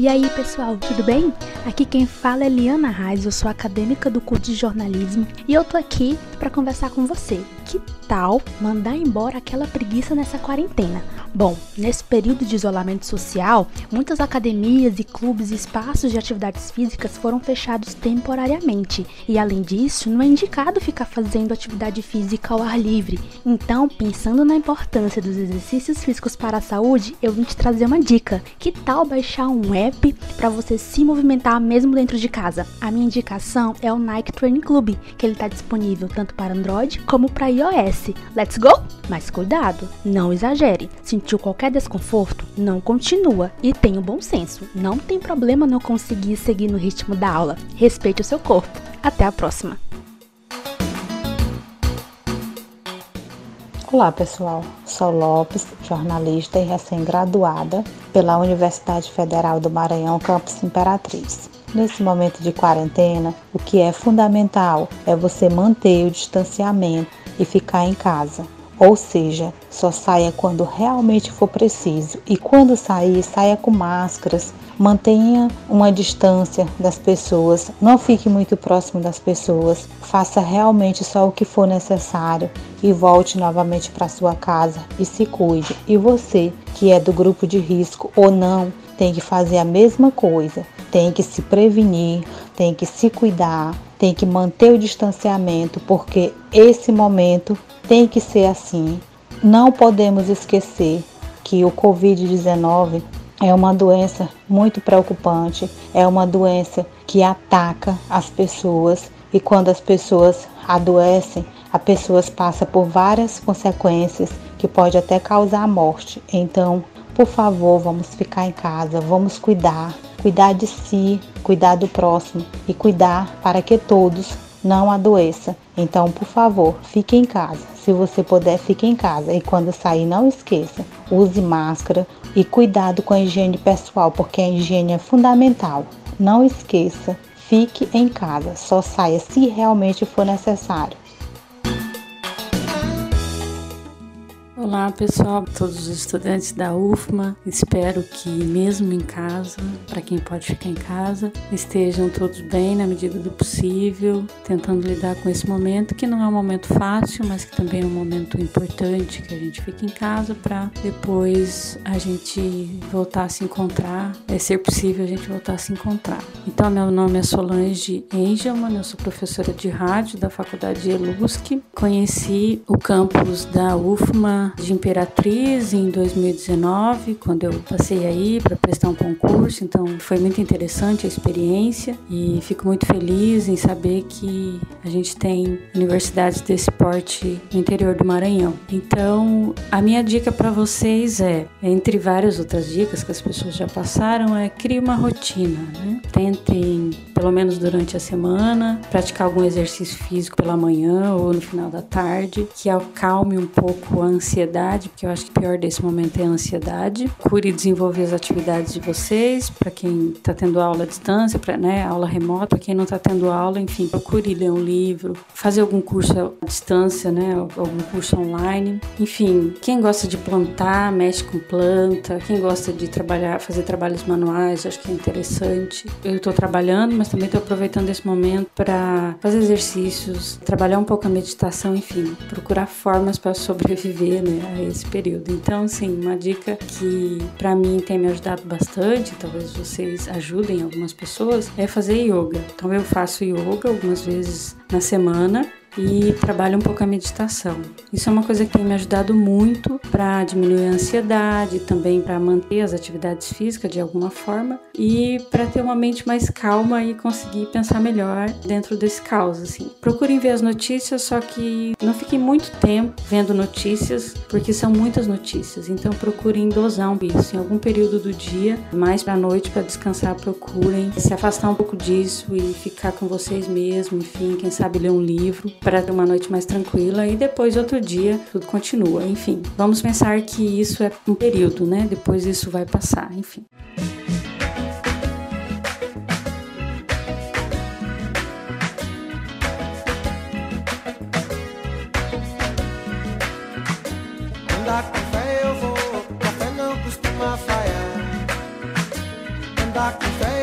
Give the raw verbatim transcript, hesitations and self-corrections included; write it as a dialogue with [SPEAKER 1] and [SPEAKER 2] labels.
[SPEAKER 1] E aí pessoal, tudo bem? Aqui quem fala é Liana Reis, eu sou acadêmica do curso de jornalismo e eu tô aqui para conversar com você. Que tal mandar embora aquela preguiça nessa quarentena? Bom, nesse período de isolamento social, muitas academias e clubes e espaços de atividades físicas foram fechados temporariamente e além disso, não é indicado ficar fazendo atividade física ao ar livre. Então, pensando na importância dos exercícios físicos para a saúde, eu vim te trazer uma dica. Que tal baixar um app para você se movimentar mesmo dentro de casa? A minha indicação é o Nike Training Club, que ele está disponível tanto para Android como para iOS. Let's go? Mas cuidado, não exagere. Sentiu qualquer desconforto? Não continua. E tenha bom senso, não tem problema não conseguir seguir no ritmo da aula. Respeite o seu corpo. Até a próxima.
[SPEAKER 2] Olá pessoal, sou Lopes, jornalista e recém-graduada pela Universidade Federal do Maranhão, campus Imperatriz. Nesse momento de quarentena, o que é fundamental é você manter o distanciamento e ficar em casa. Ou seja, só saia quando realmente for preciso e quando sair, saia com máscaras, mantenha uma distância das pessoas, não fique muito próximo das pessoas, faça realmente só o que for necessário e volte novamente para sua casa e se cuide. E você, que é do grupo de risco ou não, tem que fazer a mesma coisa, tem que se prevenir, tem que se cuidar, tem que manter o distanciamento, porque esse momento tem que ser assim. Não podemos esquecer que o covid dezenove é uma doença muito preocupante, é uma doença que ataca as pessoas e quando as pessoas adoecem, as pessoas passam por várias consequências que pode até causar a morte. Então, por favor, vamos ficar em casa, vamos cuidar, cuidar de si, cuidar do próximo e cuidar para que todos não adoeçam. Então, por favor, fique em casa. Se você puder, fique em casa. E quando sair, não esqueça, use máscara e cuidado com a higiene pessoal, porque a higiene é fundamental. Não esqueça, fique em casa. Só saia se realmente for necessário.
[SPEAKER 3] Olá pessoal, todos os estudantes da U F M A, espero que mesmo em casa, para quem pode ficar em casa, estejam todos bem na medida do possível, tentando lidar com esse momento, que não é um momento fácil, mas que também é um momento importante, que a gente fique em casa para depois a gente voltar a se encontrar, é ser possível a gente voltar a se encontrar. Então, meu nome é Solange Engelmann, eu sou professora de rádio da Faculdade ELUSC, conheci o campus da U F M A de Imperatriz em dois mil e dezenove, quando eu passei aí para prestar um concurso, então foi muito interessante a experiência e fico muito feliz em saber que a gente tem universidades desse porte no interior do Maranhão. Então, a minha dica para vocês é, entre várias outras dicas que as pessoas já passaram, é crie uma rotina, né? Tentem, pelo menos durante a semana, praticar algum exercício físico pela manhã ou no final da tarde, que acalme um pouco a ansiedade, porque eu acho que o pior desse momento é a ansiedade. Procure desenvolver as atividades de vocês, para quem está tendo aula à distância, para, né, aula remota, para quem não está tendo aula, enfim, procure ler um livro, fazer algum curso à distância, né, algum curso online. Enfim, quem gosta de plantar, mexe com planta, quem gosta de trabalhar, fazer trabalhos manuais, acho que é interessante. Eu estou trabalhando, mas também estou aproveitando esse momento para fazer exercícios, trabalhar um pouco a meditação, enfim, procurar formas para sobreviver, né, a esse período. Então, sim, uma dica que para mim tem me ajudado bastante, talvez vocês ajudem algumas pessoas, é fazer yoga. Então, eu faço yoga algumas vezes na semana e trabalho um pouco a meditação. Isso é uma coisa que tem me ajudado muito para diminuir a ansiedade, também para manter as atividades físicas de alguma forma e para ter uma mente mais calma e conseguir pensar melhor dentro desse caos, assim. Procurem ver as notícias, só que não fiquem muito tempo vendo notícias, porque são muitas notícias. Então procurem dosar um isso em algum período do dia, mais para a noite, para descansar, procurem se afastar um pouco disso e ficar com vocês mesmos, enfim, quem sabe ler um livro, para ter uma noite mais tranquila e depois, outro dia, tudo continua. Enfim, vamos pensar que isso é um período, né? Depois isso vai passar, enfim.
[SPEAKER 4] Andar com fé eu vou, café não costuma falhar. andar com fé